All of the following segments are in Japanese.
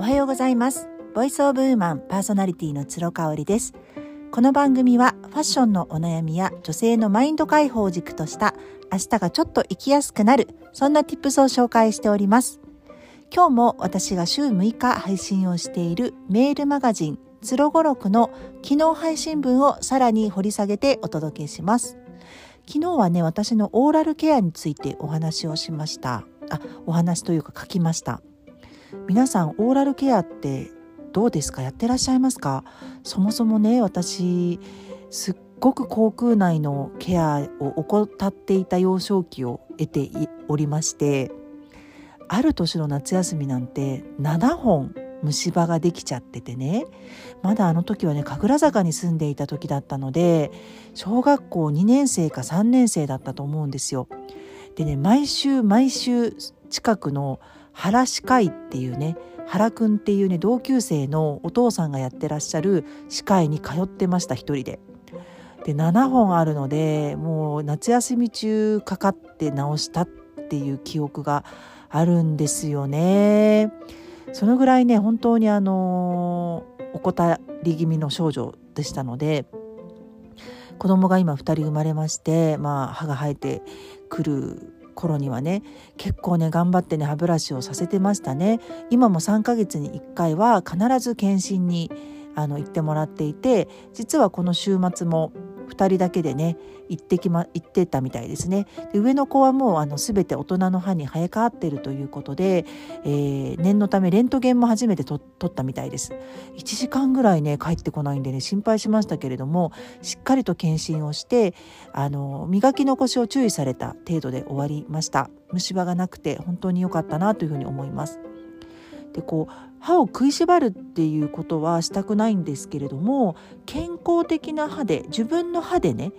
はようございます。ボイスオブウーマンパーソナリティの鶴香織です。この番組はファッションのお悩みや女性のマインド解放を軸とした明日がちょっと生きやすくなる、そんな Tips を紹介しております。今日も私が週6日配信をしているメールマガジン鶴語録の昨日配信分をさらに掘り下げてお届けします。昨日はね、私のオーラルケアについてお話をしました。お話というか書きました。皆さんオーラルケアってどうですか？やってらっしゃいますか？そもそもね、私すっごく口腔内のケアを怠っていた幼少期を得ておりまして、ある年の夏休みなんて7本虫歯ができちゃっててね、まだあの時はね神楽坂に住んでいた時だったので、小学校2年生か3年生だったと思うんですよ。でね、毎週近くの原歯科医っていうね、原くんっていうね、同級生のお父さんがやってらっしゃる歯科医に通ってました、一人で。で7本あるので、もう夏休み中かかって治したっていう記憶があるんですよね。そのぐらいね、本当に怠り気味の少女でしたので、子供が今2人生まれまして、歯が生えてくる頃にはね、結構ね頑張ってね歯ブラシをさせてましたね。今も3ヶ月に1回は必ず検診に行ってもらっていて、実はこの週末も2人だけでね行ってたみたいですね。で、上の子はもう全て大人の歯に生え変わっているということで、念のためレントゲンも初めて撮ったみたいです。1時間ぐらいね帰ってこないんでね、心配しましたけれども、しっかりと検診をして磨き残しを注意された程度で終わりました。虫歯がなくて本当に良かったなというふうに思います。で、歯を食いしばるっていうことはしたくないんですけれども、健康的な歯で、自分の歯でね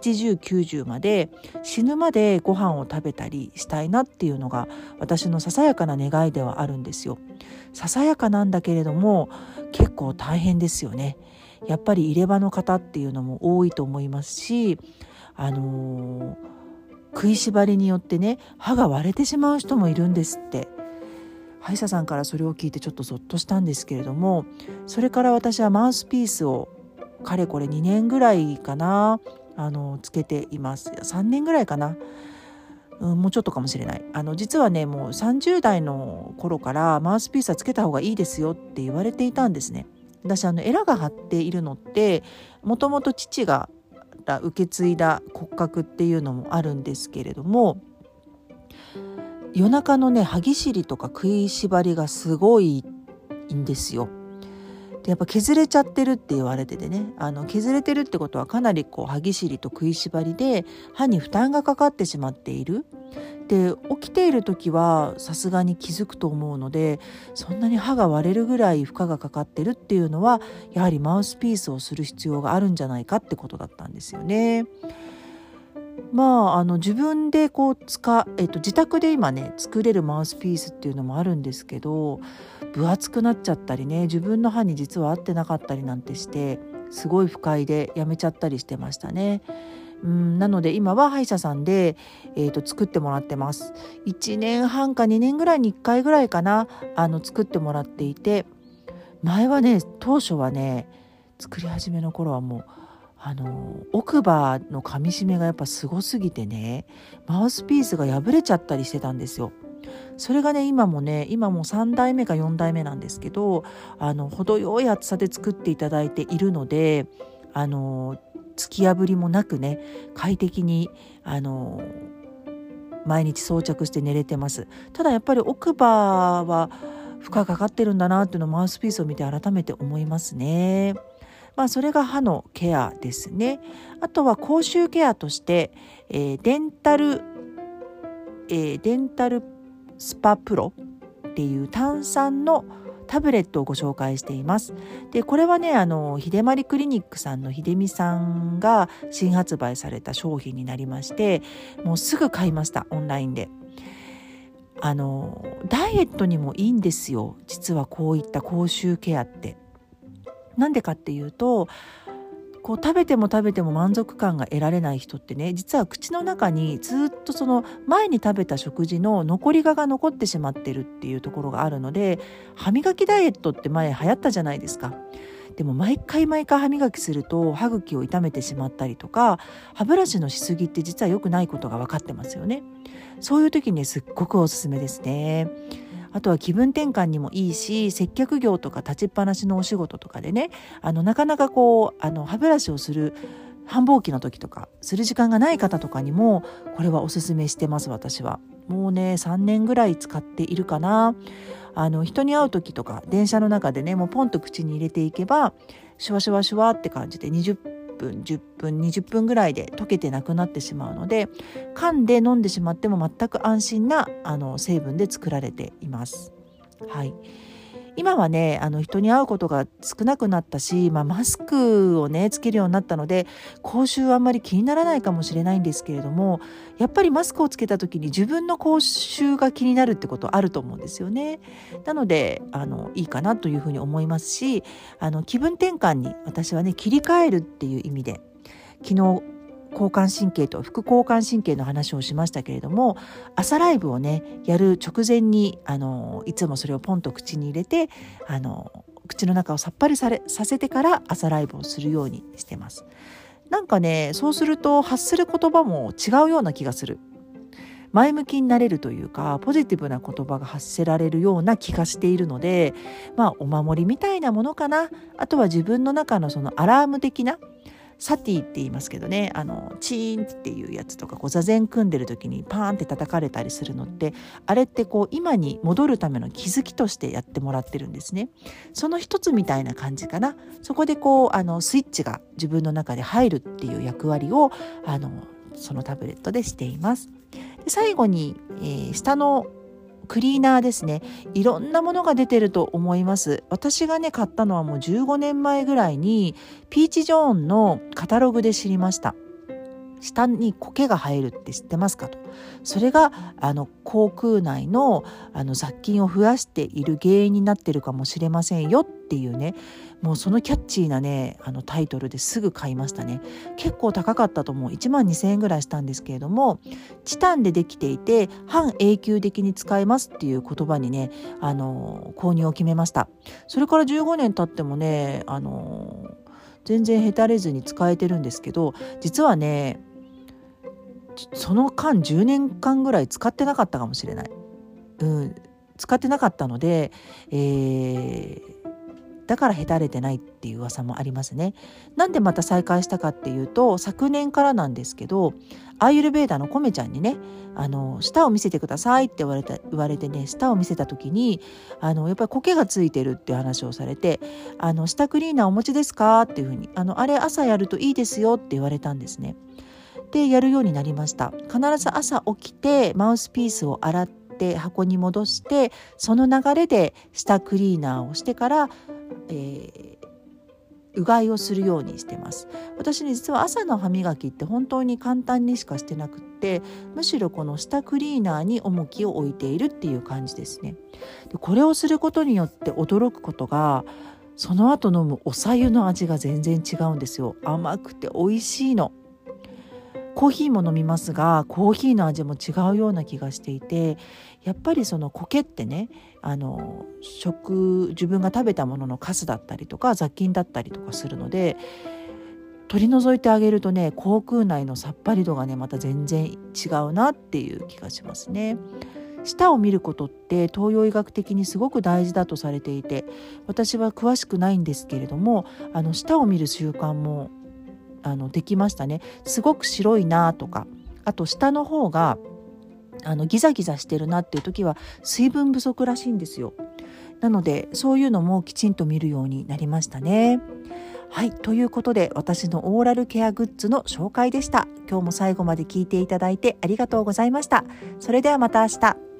80、90まで死ぬまでご飯を食べたりしたいなっていうのが私のささやかな願いではあるんですよ。ささやかなんだけれども結構大変ですよね。やっぱり入れ歯の方っていうのも多いと思いますし、食いしばりによってね歯が割れてしまう人もいるんですって。歯医者さんからそれを聞いてちょっとゾッとしたんですけれども、それから私はマウスピースをかれこれ2年ぐらいかなつけています。3年ぐらいかな、もうちょっとかもしれない。実はね、もう30代の頃からマウスピースはつけた方がいいですよって言われていたんですね。私エラが張っているのってもともと父が受け継いだ骨格っていうのもあるんですけれども、夜中のね歯ぎしりとか食いしばりがすごいんですよ。で、やっぱ削れちゃってるって言われててね、削れてるってことはかなり歯ぎしりと食いしばりで歯に負担がかかってしまっている。で、起きている時はさすがに気づくと思うので、そんなに歯が割れるぐらい負荷がかかってるっていうのはやはりマウスピースをする必要があるんじゃないかってことだったんですよね。自分で自宅で今ね作れるマウスピースっていうのもあるんですけど、分厚くなっちゃったりね、自分の歯に実は合ってなかったりなんてして、すごい不快でやめちゃったりしてましたね。なので今は歯医者さんで、作ってもらってます。1年半か2年ぐらいに1回ぐらいかな作ってもらっていて、前はね、当初はね、作り始めの頃はもう奥歯の噛み締めがやっぱすごすぎてね、マウスピースが破れちゃったりしてたんですよ。それがね、今も3代目か4代目なんですけど、程よい厚さで作っていただいているので、突き破りもなくね、快適に毎日装着して寝れてます。ただやっぱり奥歯は負荷かかってるんだなっていうのをマウスピースを見て改めて思いますね。それが歯のケアですね。あとは口臭ケアとして、デンタルスパプロっていう炭酸のタブレットをご紹介しています。で、これはね、秀まりクリニックさんの秀美さんが新発売された商品になりまして、もうすぐ買いました、オンラインで。ダイエットにもいいんですよ、実はこういった口臭ケアって。なんでかっていうと、 こう食べても食べても満足感が得られない人ってね、実は口の中にずっとその前に食べた食事の残りが残ってしまってるっていうところがあるので、歯磨きダイエットって前流行ったじゃないですか。でも毎回歯磨きすると歯茎を痛めてしまったりとか、歯ブラシのしすぎって実は良くないことが分かってますよね。そういう時にすっごくおすすめですね。あとは気分転換にもいいし、接客業とか立ちっぱなしのお仕事とかでね、なかなか歯ブラシをする繁忙期の時とかする時間がない方とかにもこれはおすすめしてます。私はもうね3年ぐらい使っているかな。人に会う時とか電車の中でね、もうポンと口に入れていけばシュワシュワシュワって感じで20分10分20分ぐらいで溶けてなくなってしまうので、噛んで飲んでしまっても全く安心な成分で作られています。はい、今はね人に会うことが少なくなったし、マスクをねつけるようになったので口臭はあんまり気にならないかもしれないんですけれども、やっぱりマスクをつけた時に自分の口臭が気になるってことあると思うんですよね。なのでいいかなというふうに思いますし、気分転換に私はね切り替えるっていう意味で、昨日交感神経と副交感神経の話をしましたけれども、朝ライブをねやる直前にいつもそれをポンと口に入れて口の中をさっぱりさせてから朝ライブをするようにしてます。なんかねそうすると発する言葉も違うような気がする。前向きになれるというか、ポジティブな言葉が発せられるような気がしているので、お守りみたいなものかな。あとは自分の中のそのアラーム的な、サティって言いますけどね、チーンっていうやつとか座禅組んでる時にパーンって叩かれたりするのって、あれって今に戻るための気づきとしてやってもらってるんですね。その一つみたいな感じかな。そこでスイッチが自分の中で入るっていう役割をそのタブレットでしています。で最後に、下のクリーナーですね。いろんなものが出てると思います。私がね買ったのはもう15年前ぐらいにピーチ・ジョーンのカタログで知りました。下に苔が生えるって知ってますかと。それが口腔内の雑菌を増やしている原因になってるかもしれませんよっていうね、もうそのキャッチーなねタイトルですぐ買いましたね。結構高かったと思う。12,000円ぐらいしたんですけれども、チタンでできていて半永久的に使えますっていう言葉にね購入を決めました。それから15年経ってもね全然へたれずに使えてるんですけど、実はねその間10年間ぐらい使ってなかったかもしれない。使ってなかったので、だからへたれてないっていう噂もありますね。なんでまた再開したかっていうと、昨年からなんですけど、アーユルベーダのコメちゃんにね舌を見せてくださいって言われてね、舌を見せた時にやっぱり苔がついてるっていう話をされて、舌クリーナーお持ちですかっていうふうにあれ朝やるといいですよって言われたんですね。でやるようになりました。必ず朝起きてマウスピースを洗って箱に戻して、その流れで舌クリーナーをしてからうがいをするようにしてます。私ね実は朝の歯磨きって本当に簡単にしかしてなくって、むしろこの舌クリーナーに重きを置いているっていう感じですね。でこれをすることによって驚くことが、その後飲むお白湯の味が全然違うんですよ。甘くて美味しいの。コーヒーも飲みますが、コーヒーの味も違うような気がしていて、やっぱりその苔ってね自分が食べたもののカスだったりとか雑菌だったりとかするので、取り除いてあげるとね口腔内のさっぱり度がねまた全然違うなっていう気がしますね。舌を見ることって東洋医学的にすごく大事だとされていて、私は詳しくないんですけれども舌を見る習慣もできましたね。すごく白いなとか、あと下の方がギザギザしてるなっていう時は水分不足らしいんですよ。なのでそういうのもきちんと見るようになりましたね。はい、ということで私のオーラルケアグッズの紹介でした。今日も最後まで聞いていただいてありがとうございました。それではまた明日。